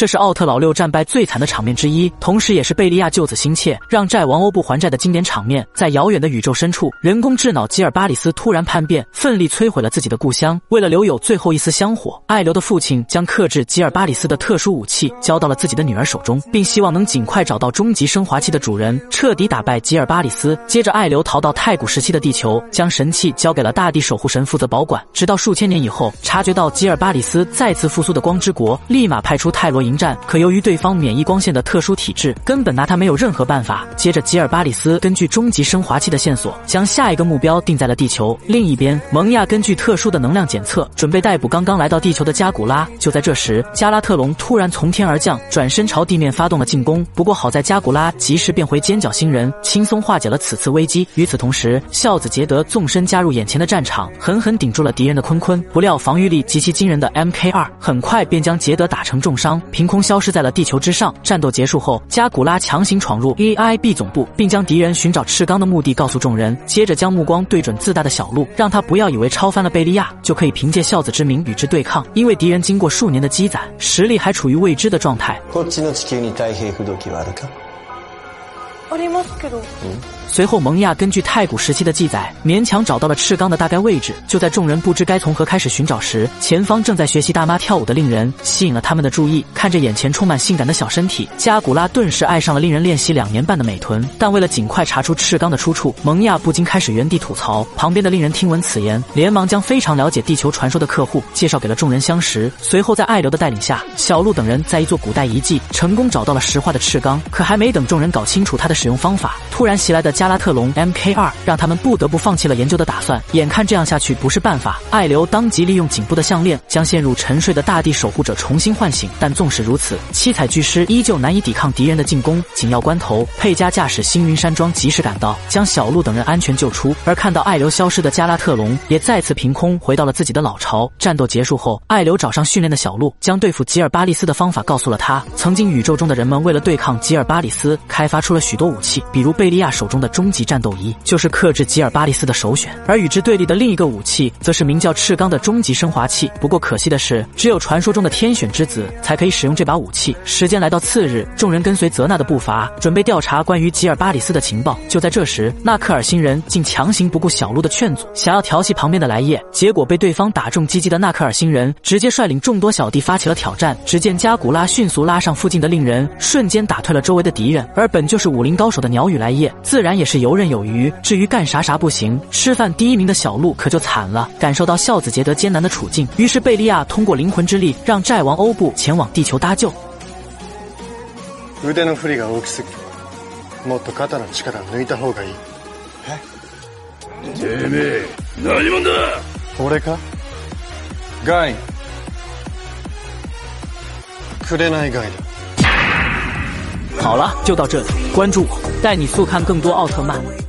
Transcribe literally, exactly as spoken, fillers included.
这是奥特老六战败最惨的场面之一，同时也是贝利亚救子心切，让债王欧布还债的经典场面。在遥远的宇宙深处，人工智脑吉尔巴里斯突然叛变，奋力摧毁了自己的故乡。为了留有最后一丝香火，艾留的父亲将克制吉尔巴里斯的特殊武器交到了自己的女儿手中，并希望能尽快找到终极升华器的主人，彻底打败吉尔巴里斯。接着，艾留逃到太古时期的地球，将神器交给了大地守护神负责保管。直到数千年以后，察觉到吉尔巴里斯再次复苏的光之国，立马派出泰罗迎战。可由于对方免疫光线的特殊体质，根本拿他没有任何办法。接着，吉尔巴里斯根据终极升华器的线索，将下一个目标定在了地球。另一边，蒙亚根据特殊的能量检测，准备逮捕刚刚来到地球的加古拉。就在这时，加拉特龙突然从天而降，转身朝地面发动了进攻。不过好在加古拉及时变回尖角星人，轻松化解了此次危机。与此同时，孝子杰德纵身加入眼前的战场，狠狠顶住了敌人的坤坤。不料防御力极其惊人的 M K 二 很快便将杰德打成重伤，凭空消失在了地球之上。战斗结束后，加古拉强行闯入 A I B 总部，并将敌人寻找赤钢的目的告诉众人，接着将目光对准自大的小鹿，让他不要以为超翻了贝利亚就可以凭借孝子之名与之对抗，因为敌人经过数年的积攒，实力还处于未知的状态。随后蒙亚根据太古时期的记载，勉强找到了赤钢的大概位置。就在众人不知该从何开始寻找时，前方正在学习大妈跳舞的令人吸引了他们的注意。看着眼前充满性感的小身体，加古拉顿时爱上了令人练习两年半的美臀。但为了尽快查出赤钢的出处，蒙亚不禁开始原地吐槽。旁边的令人听闻此言，连忙将非常了解地球传说的客户介绍给了众人相识。随后在艾流的带领下，小鹿等人在一座古代遗迹成功找到了石化的赤钢。可还没等众人搞清楚它的使用方法，突然袭来的加拉特龙 M K 二 让他们不得不放弃了研究的打算。眼看这样下去不是办法，艾流当即利用颈部的项链将陷入沉睡的大地守护者重新唤醒。但纵使如此，七彩巨狮依旧难以抵抗敌人的进攻。紧要关头，佩加驾驶星云山庄及时赶到，将小鹿等人安全救出。而看到艾流消失的加拉特龙也再次凭空回到了自己的老巢。战斗结束后，艾流找上训练的小鹿，将对付吉尔巴利斯的方法告诉了他。曾经宇宙中的人们为了对抗吉尔巴里斯，开发出了许多武器，比如贝利亚手中的终极战斗仪就是克制吉尔巴利斯的首选，而与之对立的另一个武器则是名叫赤钢的终极升华器。不过可惜的是，只有传说中的天选之子才可以使用这把武器。时间来到次日，众人跟随泽纳的步伐，准备调查关于吉尔巴里斯的情报。就在这时，纳克尔星人竟强行不顾小鹿的劝阻，想要调戏旁边的来叶，结果被对方打中鸡鸡的纳克尔星人直接率领众多小弟发起了挑战。只见加古拉迅速拉上附近的令人，瞬间打退了周围的敌人，而本就是武林高手的鸟羽来叶自然也是游刃有余。至于干啥啥不行，吃饭第一名的小鹿可就惨了，感受到孝子杰德艰难的处境，于是贝利亚通过灵魂之力让债王欧布前往地球搭救。 腕の振りが大きすぎる。もっと肩の力を抜いた方がいい。え？てめえ、何者だ？俺か？ガイ。紅ガイだ。 好了，就到这里，关注我，带你速看更多奥特曼。